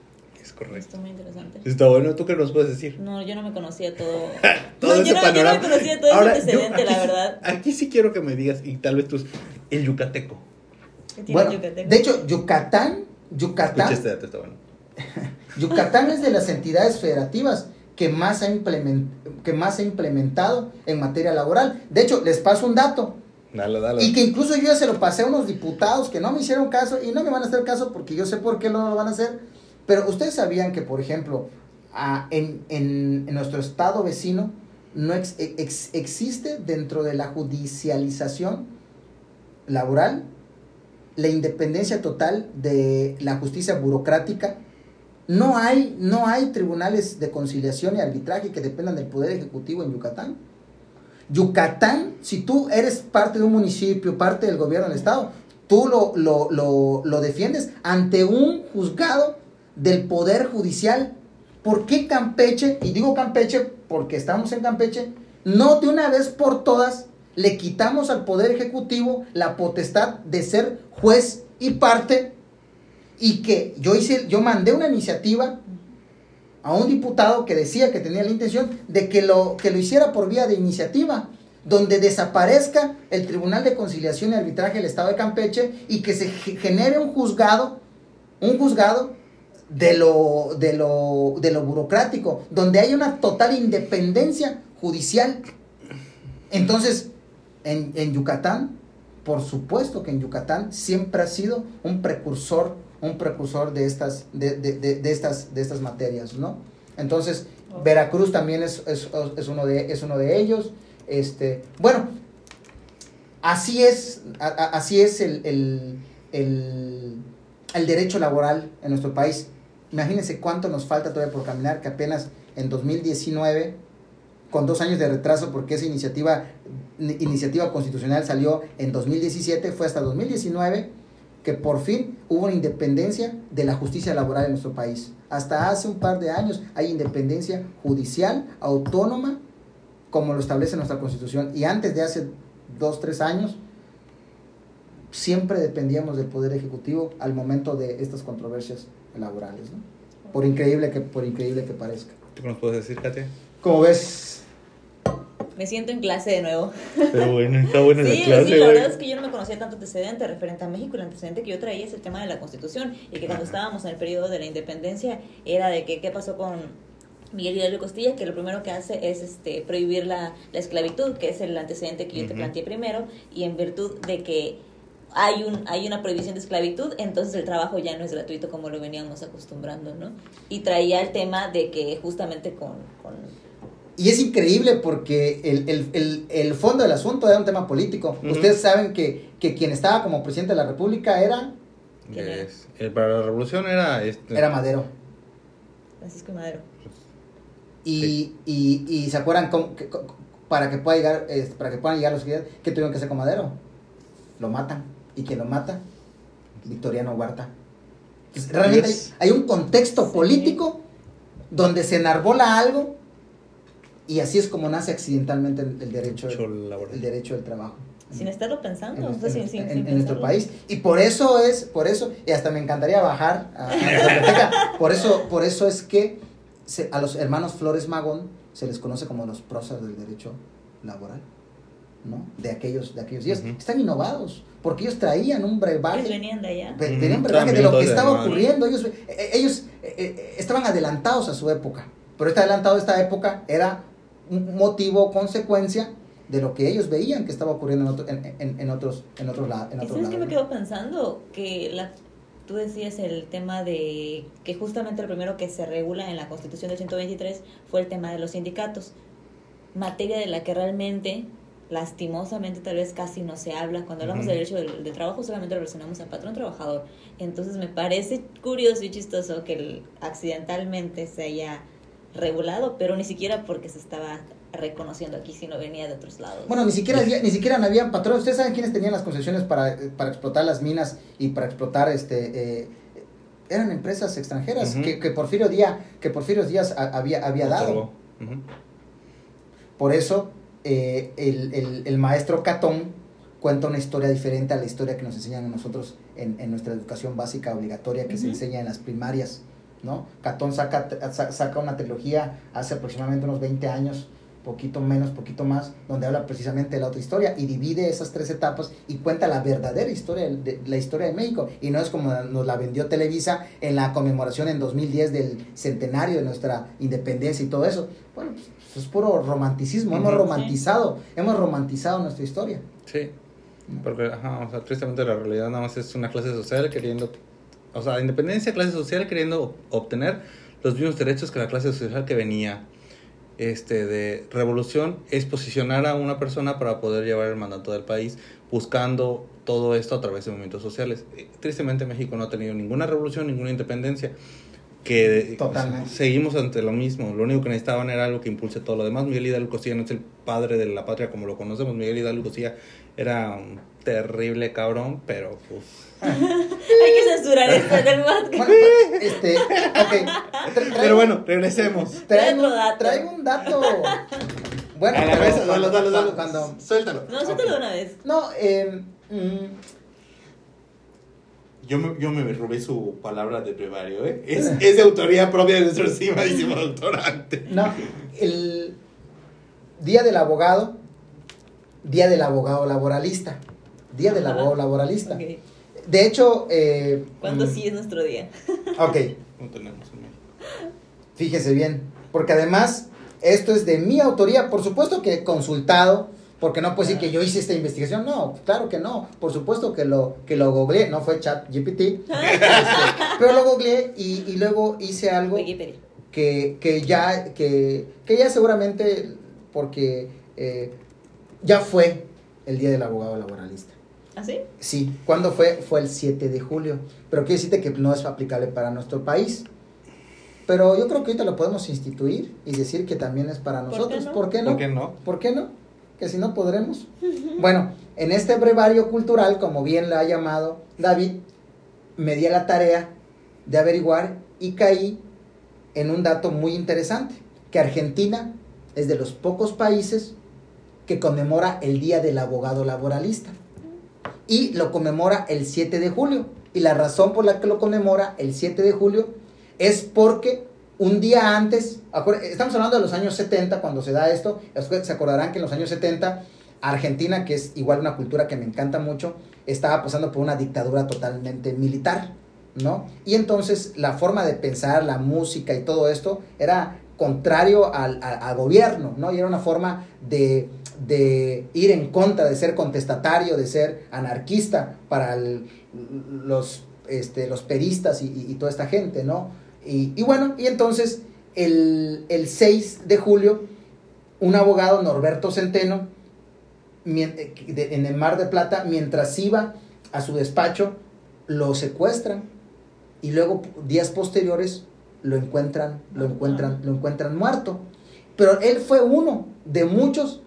Es correcto. Está muy interesante. Está bueno, ¿tú qué nos puedes decir? No, yo no me conocía todo. todo no, ese yo, no, panorama. yo no me conocía todo Ahora, ese antecedente, yo, aquí, la verdad. Aquí sí quiero que me digas, y tal vez tú, el yucateco. Bueno, de hecho, Yucatán, Yucatán, este dato, está bueno. Yucatán es de las entidades federativas que más, ha implement, que más ha implementado en materia laboral. De hecho, les paso un dato. Dale, dale. Y que incluso yo ya se lo pasé a unos diputados que no me hicieron caso y no me van a hacer caso porque yo sé por qué no lo van a hacer. Pero ustedes sabían que, por ejemplo, a, en, en, en nuestro estado vecino no ex, ex, existe dentro de la judicialización laboral la independencia total de la justicia burocrática. No hay, no hay tribunales de conciliación y arbitraje que dependan del Poder Ejecutivo en Yucatán. Yucatán, si tú eres parte de un municipio, parte del gobierno del estado, tú lo, lo, lo, lo defiendes ante un juzgado del Poder Judicial. ¿Por qué Campeche? Y digo Campeche porque estamos en Campeche. no de una vez por todas le quitamos al Poder Ejecutivo la potestad de ser juez y parte, y que yo hice, yo mandé una iniciativa a un diputado que decía que tenía la intención de que lo, que lo hiciera por vía de iniciativa, donde desaparezca el Tribunal de Conciliación y Arbitraje del Estado de Campeche y que se genere un juzgado, un juzgado de lo, de lo, de lo burocrático, donde haya una total independencia judicial. Entonces, en, en Yucatán, por supuesto que en Yucatán siempre ha sido un precursor, un precursor de estas, de, de, de, de estas, de estas materias, ¿no? Entonces, Veracruz también es, es, es, uno, de, es uno de ellos. Este, bueno, así es, a, a, así es el, el, el, el derecho laboral en nuestro país. Imagínense cuánto nos falta todavía por caminar, que apenas en dos mil diecinueve, con dos años de retraso, porque esa iniciativa, iniciativa constitucional salió en dos mil diecisiete, fue hasta dos mil diecinueve que por fin hubo una independencia de la justicia laboral en nuestro país. Hasta hace un par de años hay independencia judicial, autónoma, como lo establece nuestra Constitución, y antes de hace dos, tres años, siempre dependíamos del Poder Ejecutivo al momento de estas controversias laborales, ¿no? Por increíble que, por increíble que parezca. ¿Tú qué nos puedes decir, Katia? ¿Cómo ves? Me siento en clase de nuevo. Pero bueno, está buena sí, la clase, sí, la güey. verdad es que yo no me conocía tanto antecedente referente a México. El antecedente que yo traía es el tema de la Constitución, y que cuando estábamos en el periodo de la independencia era de que qué pasó con Miguel Hidalgo Costilla, que lo primero que hace es este prohibir la, la esclavitud, que es el antecedente que yo te planteé primero, y en virtud de que hay un hay una prohibición de esclavitud, entonces el trabajo ya no es gratuito como lo veníamos acostumbrando, ¿no? Y traía el tema de que justamente con... con Y es increíble porque el, el, el, el fondo del asunto era un tema político. Uh-huh. Ustedes saben que, que quien estaba como presidente de la República era... Es, el, para la revolución era... Este... Era Madero. Francisco Madero. Y, sí. y, y ¿se acuerdan cómo, que, para que pueda llegar, eh, para que puedan llegar los guías, qué tuvieron que hacer con Madero? Lo matan. ¿Y quién lo mata? Victoriano Huerta. Entonces, realmente hay, hay un contexto sí. político donde se enarbola algo, y así es como nace accidentalmente el, el derecho del, el derecho del trabajo. Sin estarlo pensando, en, o sea, en, sin, sin, en, sin en nuestro país. Y por eso es, por eso, y hasta me encantaría bajar a, a la biblioteca, por eso, por eso es que se, a los hermanos Flores Magón se les conoce como los próceres del derecho laboral, ¿no? De aquellos, de aquellos días. Uh-huh. Están innovados, porque ellos traían un brebaje. Ellos venían de allá. Tenían un brebaje de lo que estaba ocurriendo. Ellos, ellos eh, estaban adelantados a su época, pero este adelantado a esta época era un motivo, consecuencia de lo que ellos veían que estaba ocurriendo en, otro, en, en, en otros en otros lados. ¿Y sabes qué me quedo pensando? Que la, tú decías el tema de que justamente lo primero que se regula en la Constitución del ciento veintitrés fue el tema de los sindicatos, materia de la que realmente, lastimosamente, tal vez casi no se habla. Cuando hablamos uh-huh. de derecho del, del trabajo solamente lo relacionamos al patrón trabajador. Entonces me parece curioso y chistoso que el, accidentalmente se haya regulado, pero ni siquiera porque se estaba reconociendo aquí, sino venía de otros lados. Bueno, ni siquiera había, ni siquiera había patrones. Ustedes saben quiénes tenían las concesiones para, para explotar las minas y para explotar este eh, eran empresas extranjeras uh-huh. que, que Porfirio Díaz que Porfirio Díaz había había dado. Uh-huh. Por eso eh, el, el, el maestro Catón cuenta una historia diferente a la historia que nos enseñan a nosotros en, en nuestra educación básica obligatoria que uh-huh. se enseña en las primarias, ¿no? Catón saca, saca una trilogía hace aproximadamente unos veinte años, poquito menos, poquito más, donde habla precisamente de la otra historia y divide esas tres etapas y cuenta la verdadera historia de, de la historia de México, y no es como nos la vendió Televisa en la conmemoración en dos mil diez del centenario de nuestra independencia y todo eso. Bueno, pues, eso es puro romanticismo, uh-huh, hemos romantizado, sí. hemos romantizado nuestra historia. Sí, porque ajá, o sea, tristemente la realidad nada más es una clase social queriendo, o sea, independencia, clase social queriendo obtener los mismos derechos que la clase social que venía este de revolución, es posicionar a una persona para poder llevar el mandato del país, buscando todo esto a través de movimientos sociales. Tristemente México no ha tenido ninguna revolución, ninguna independencia, que Totalmente. O sea, seguimos ante lo mismo. Lo único que necesitaban era algo que impulse todo lo demás. Miguel Hidalgo Costilla no es el padre de la patria como lo conocemos. Miguel Hidalgo Costilla era un terrible cabrón, pero pues... Hay que censurar esto del podcast. Bueno, este, okay. Tra- Pero bueno, regresemos. Traigo, traigo un dato Bueno, A la pero vez, cuando- dalo, dalo, dalo. cuando- Suéltalo. No, suéltalo Ok. una vez. No, eh, mm, Yo me, yo me robé su palabra de brevario, ¿eh? Es, es de autoría propia de nuestro estimadísimo doctorante. no, el Día del Abogado, Día del Abogado Laboralista, Día del Ajá. Abogado Laboralista. Ok. De hecho, eh, ¿Cuándo mm, sí es nuestro día? ok, No tenemos en México. fíjese bien, porque además esto es de mi autoría, por supuesto que consultado, porque no puedo decir que yo hice esta investigación, no, claro que no, por supuesto que lo que lo googleé, no fue ChatGPT, este, pero lo googleé y, y luego hice algo Wikipedia. que, que ya que, que ya seguramente porque eh, ya fue el Día del Abogado Laboralista. ¿Ah, sí? Sí, ¿cuándo fue? Fue el siete de julio, pero quiero decirte que no es aplicable para nuestro país. Pero yo creo que ahorita lo podemos instituir y decir que también es para ¿Por qué nosotros. no? ¿Por qué no? ¿Por qué no? ¿Por qué no? Que si no podremos. Bueno, en este brevario cultural, como bien le ha llamado David, me di a la tarea de averiguar y caí en un dato muy interesante, que Argentina es de los pocos países que conmemora el Día del Abogado Laboralista y lo conmemora el siete de julio. Y la razón por la que lo conmemora el siete de julio es porque un día antes, estamos hablando de los años setenta cuando se da esto, ustedes se acordarán que en los años setenta Argentina, que es igual una cultura que me encanta mucho, estaba pasando por una dictadura totalmente militar, ¿no? Y entonces la forma de pensar, la música y todo esto era contrario al, al, al gobierno, ¿no? Y era una forma de, de ir en contra, de ser contestatario, de ser anarquista para el, los, este, los peristas y, y, y toda esta gente, ¿no? Y, y bueno, y entonces el, el seis de julio, un abogado, Norberto Centeno, en el Mar de Plata, mientras iba a su despacho, lo secuestran y luego días posteriores lo encuentran, lo encuentran, lo encuentran muerto. Pero él fue uno de muchos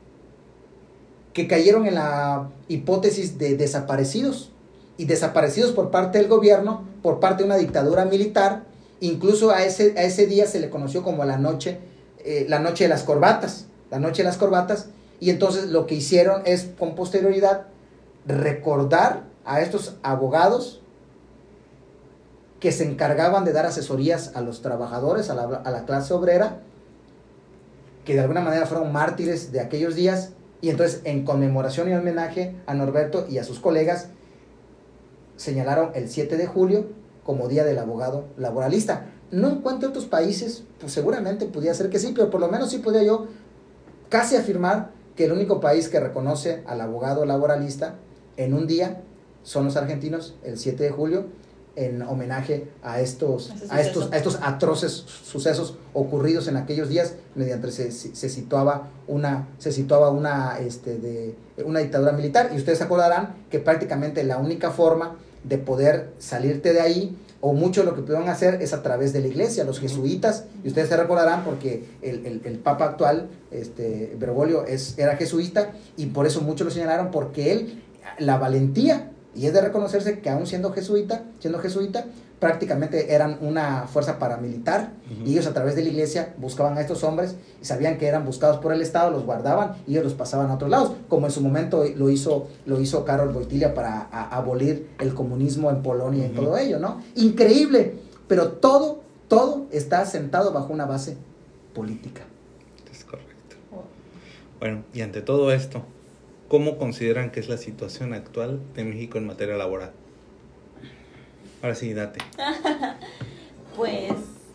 que cayeron en la hipótesis de desaparecidos y desaparecidos por parte del gobierno, por parte de una dictadura militar. Incluso a ese, a ese día se le conoció como la noche, eh, la noche de las corbatas, la noche de las corbatas, y entonces lo que hicieron es con posterioridad recordar a estos abogados que se encargaban de dar asesorías a los trabajadores, a la, a la clase obrera, que de alguna manera fueron mártires de aquellos días, y entonces en conmemoración y homenaje a Norberto y a sus colegas, señalaron el siete de julio como Día del Abogado Laboralista. No encuentro otros países, pues seguramente podría ser que sí, pero por lo menos sí podría yo casi afirmar que el único país que reconoce al abogado laboralista en un día son los argentinos, el siete de julio, en homenaje a estos, a estos, a estos atroces sucesos ocurridos en aquellos días, mediante se, se situaba una, se situaba una, este, de, una dictadura militar. Y ustedes se acordarán que prácticamente la única forma de poder salirte de ahí, o mucho de lo que pudieron hacer, es a través de la iglesia, los jesuitas, y ustedes se recordarán porque el, el, el papa actual, este, Bergoglio, es, era jesuita, y por eso muchos lo señalaron, porque él, la valentía, y es de reconocerse que aún siendo jesuita, siendo jesuita, prácticamente eran una fuerza paramilitar, uh-huh. y ellos a través de la iglesia buscaban a estos hombres, y sabían que eran buscados por el Estado, los guardaban, y ellos los pasaban a otros lados, como en su momento lo hizo, lo hizo Karol Wojtyła para a, abolir el comunismo en Polonia, uh-huh. y todo ello, ¿no? Increíble, pero todo, todo está sentado bajo una base política. Es correcto. Bueno, y ante todo esto, ¿cómo consideran que es la situación actual de México en materia laboral? Ahora sí, date. Pues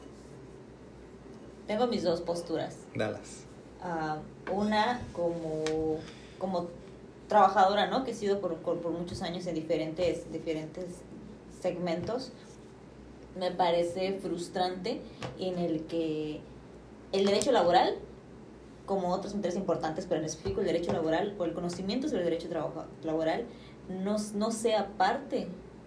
tengo mis dos posturas. Dalas. Uh, una como, como trabajadora, ¿no? Que he sido por, por, por muchos años en diferentes, diferentes segmentos. Me parece frustrante en el que el derecho laboral, como otros intereses importantes, pero en específico el derecho laboral o el conocimiento sobre el derecho trabajo, laboral, no, no sea parte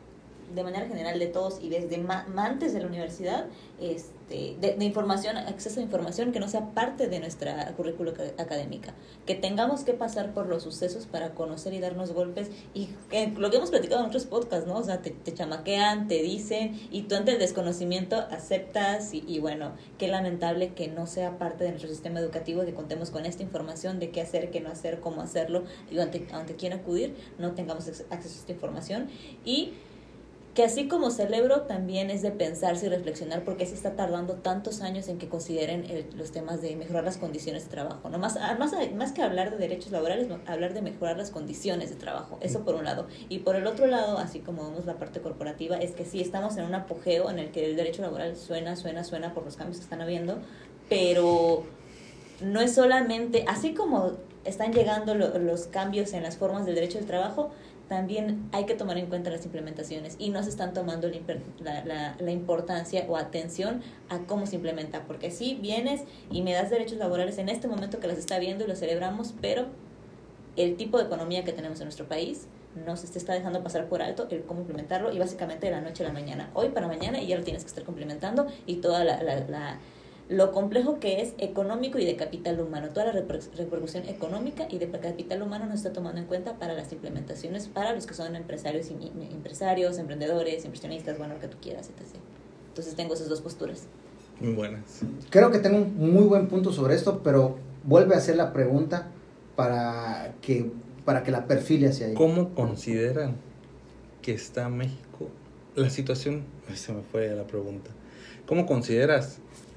de manera general de todos y desde ma- antes de la universidad, este, de, de información, acceso a información que no sea parte de nuestra currícula académica, que tengamos que pasar por los sucesos para conocer y darnos golpes, y que, lo que hemos platicado en otros podcasts, ¿no? O sea, te, te chamaquean, te dicen, y tú ante el desconocimiento aceptas, y, y bueno, qué lamentable que no sea parte de nuestro sistema educativo, que contemos con esta información de qué hacer, qué no hacer, cómo hacerlo, y ante, ante quién acudir, no tengamos acceso a esta información, y que así como celebro, también es de pensarse y reflexionar por qué se está tardando tantos años en que consideren el, los temas de mejorar las condiciones de trabajo, ¿no? Más, más, más que hablar de derechos laborales, hablar de mejorar las condiciones de trabajo, eso por un lado. Y por el otro lado, así como vemos la parte corporativa, es que sí estamos en un apogeo en el que el derecho laboral suena, suena, suena por los cambios que están habiendo, pero no es solamente, así como están llegando lo, los cambios en las formas del derecho del trabajo, también hay que tomar en cuenta las implementaciones y no se están tomando la, la, la importancia o atención a cómo se implementa, porque sí, vienes y me das derechos laborales en este momento que las está viendo y los celebramos, pero el tipo de economía que tenemos en nuestro país no se te está dejando pasar por alto el cómo implementarlo, y básicamente de la noche a la mañana, hoy para mañana, y ya lo tienes que estar complementando, y toda la... la, la lo complejo que es económico y de capital humano, toda la reper- repercusión económica y de capital humano no se está tomando en cuenta para las implementaciones, para los que son empresarios, y, empresarios, emprendedores, inversionistas, bueno, lo que tú quieras, etcétera. Entonces tengo esas dos posturas. Muy buenas. Creo que tengo un muy buen punto sobre esto, pero vuelve a hacer la pregunta para que, para que la perfile hacia ahí. ¿Cómo consideran que está México? La situación, se me fue la pregunta. ¿Cómo consideras?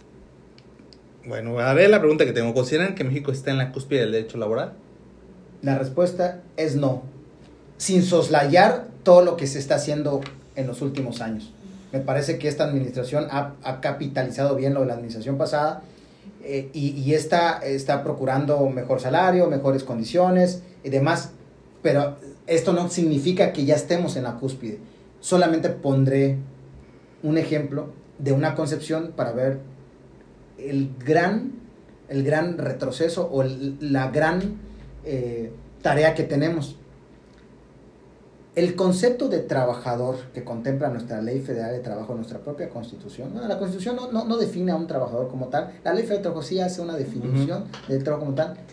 Bueno, a ver la pregunta que tengo. ¿Consideran que México está en la cúspide del derecho laboral? La respuesta es no, sin soslayar todo lo que se está haciendo en los últimos años. Me parece que esta administración ha, ha capitalizado bien lo de la administración pasada, eh, y, y esta está procurando mejor salario, mejores condiciones y demás, pero esto no significa que ya estemos en la cúspide. Solamente pondré un ejemplo de una concepción para ver el gran, el gran retroceso o el, la gran eh, tarea que tenemos. El concepto de trabajador que contempla nuestra Ley Federal de Trabajo, nuestra propia Constitución, no, la Constitución no, no, no define a un trabajador como tal, la Ley Federal de Trabajo sí hace una definición uh-huh. del trabajo como tal,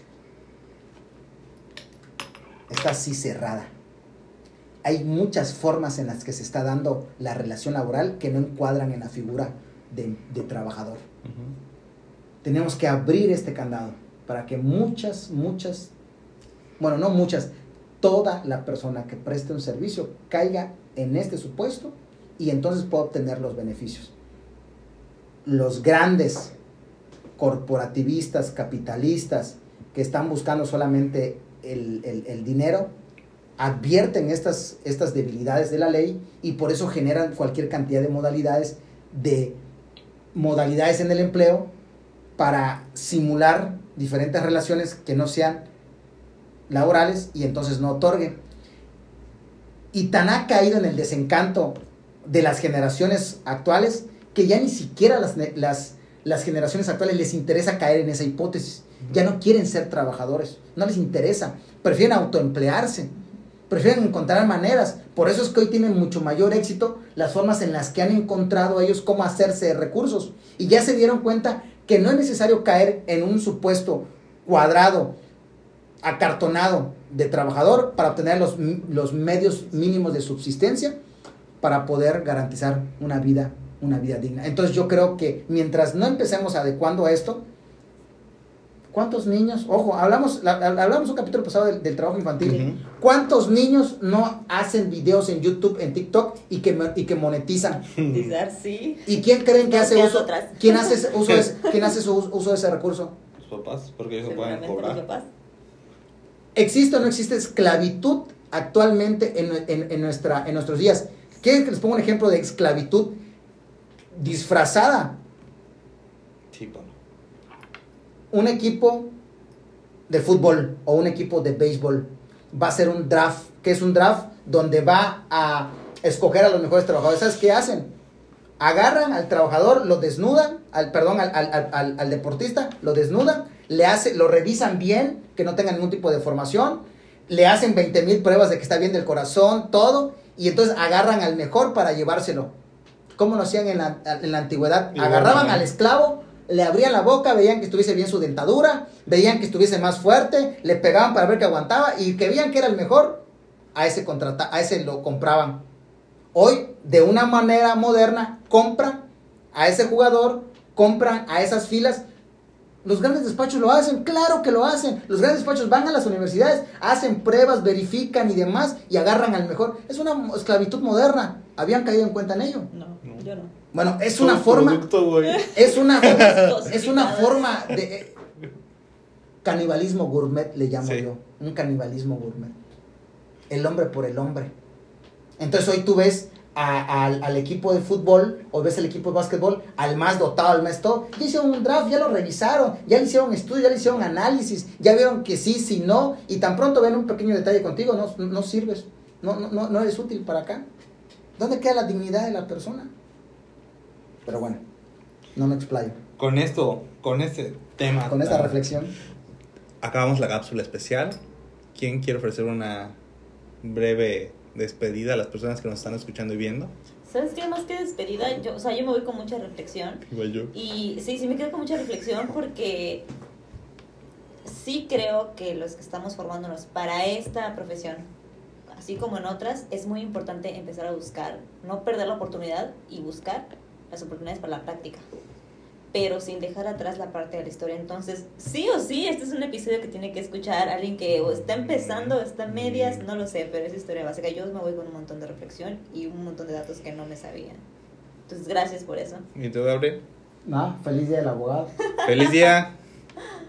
está así cerrada. Hay muchas formas en las que se está dando la relación laboral que no encuadran en la figura de, de trabajador. Uh-huh. Tenemos que abrir este candado para que muchas, muchas, bueno, no muchas, toda la persona que preste un servicio caiga en este supuesto y entonces pueda obtener los beneficios. Los grandes corporativistas, capitalistas, que están buscando solamente el, el, el dinero, advierten estas, estas debilidades de la ley y por eso generan cualquier cantidad de modalidades, de modalidades en el empleo, para simular diferentes relaciones que no sean laborales y entonces no otorguen. Y tan ha caído en el desencanto de las generaciones actuales que ya ni siquiera las, las, las generaciones actuales les interesa caer en esa hipótesis. Ya no quieren ser trabajadores, no les interesa, prefieren autoemplearse, prefieren encontrar maneras. Por eso es que hoy tienen mucho mayor éxito las formas en las que han encontrado ellos cómo hacerse de recursos. Y ya se dieron cuenta que no es necesario caer en un supuesto cuadrado, acartonado de trabajador para obtener los, los medios mínimos de subsistencia para poder garantizar una vida, una vida digna. Entonces yo creo que mientras no empecemos adecuando a esto, ¿cuántos niños? Ojo, hablamos, la, hablamos un capítulo pasado del, del trabajo infantil. Uh-huh. ¿Cuántos niños no hacen videos en YouTube, en TikTok y que, y que monetizan? Sí. ¿Y quién creen que hace uso? ¿Quién hace uso de, quién hace su uso de ese recurso? Los papás, porque ellos pueden cobrar. Los papás. ¿Existe o no existe esclavitud actualmente en, en, en, nuestra, en nuestros días? ¿Quieren que les ponga un ejemplo de esclavitud disfrazada? Sí, Pablo. Un equipo de fútbol o un equipo de béisbol va a hacer un draft. ¿Qué es un draft? Donde va a escoger a los mejores trabajadores. ¿Sabes qué hacen? Agarran al trabajador, lo desnudan, al, perdón, al, al, al, al deportista, lo desnudan, le hace, lo revisan bien, que no tenga ningún tipo de formación, le hacen veinte mil pruebas de que está bien del corazón, todo, y entonces agarran al mejor para llevárselo. ¿Cómo lo hacían en la, en la antigüedad? Igual, Agarraban ¿no? al esclavo, le abrían la boca, veían que estuviese bien su dentadura, veían que estuviese más fuerte, le pegaban para ver que aguantaba, y que veían que era el mejor, a ese contrata, a ese lo compraban. Hoy, de una manera moderna, compran a ese jugador, compran a esas filas. Los grandes despachos lo hacen, claro que lo hacen. Los grandes despachos van a las universidades, hacen pruebas, verifican y demás, y agarran al mejor. Es una esclavitud moderna. ¿Habían caído en cuenta en ello? No, yo no. Bueno, es Todo una forma, producto, güey. es una Cosificadas. es una forma de eh, canibalismo gourmet, le llamo Sí. yo. Un canibalismo gourmet. El hombre por el hombre. Entonces hoy tú ves a, al, al equipo de fútbol, o ves el equipo de básquetbol, al más dotado, al más todo. Ya hicieron un draft, ya lo revisaron, ya le hicieron estudio, ya le hicieron análisis, ya vieron que sí, sí, no, y tan pronto ven un pequeño detalle contigo, no, no sirves, no, no, no eres útil para acá. ¿Dónde queda la dignidad de la persona? Pero bueno, no me explayo. Con esto, con este tema. Con esta tan- reflexión. Acabamos la cápsula especial. ¿Quién quiere ofrecer una breve despedida a las personas que nos están escuchando y viendo? ¿Sabes qué? Más que despedida, yo, o sea, yo me voy con mucha reflexión. Igual yo. Y sí, sí me quedo con mucha reflexión porque sí creo que los que estamos formándonos para esta profesión, así como en otras, es muy importante empezar a buscar, no perder la oportunidad y buscar las oportunidades para la práctica, pero sin dejar atrás la parte de la historia. Entonces, sí o sí, este es un episodio que tiene que escuchar alguien que o está empezando, o está a medias, no lo sé, pero es historia básica. Yo me voy con un montón de reflexión y un montón de datos que no me sabía. Entonces, gracias por eso. ¿Y tú, Gabriel? No, feliz día del abogado. Feliz día.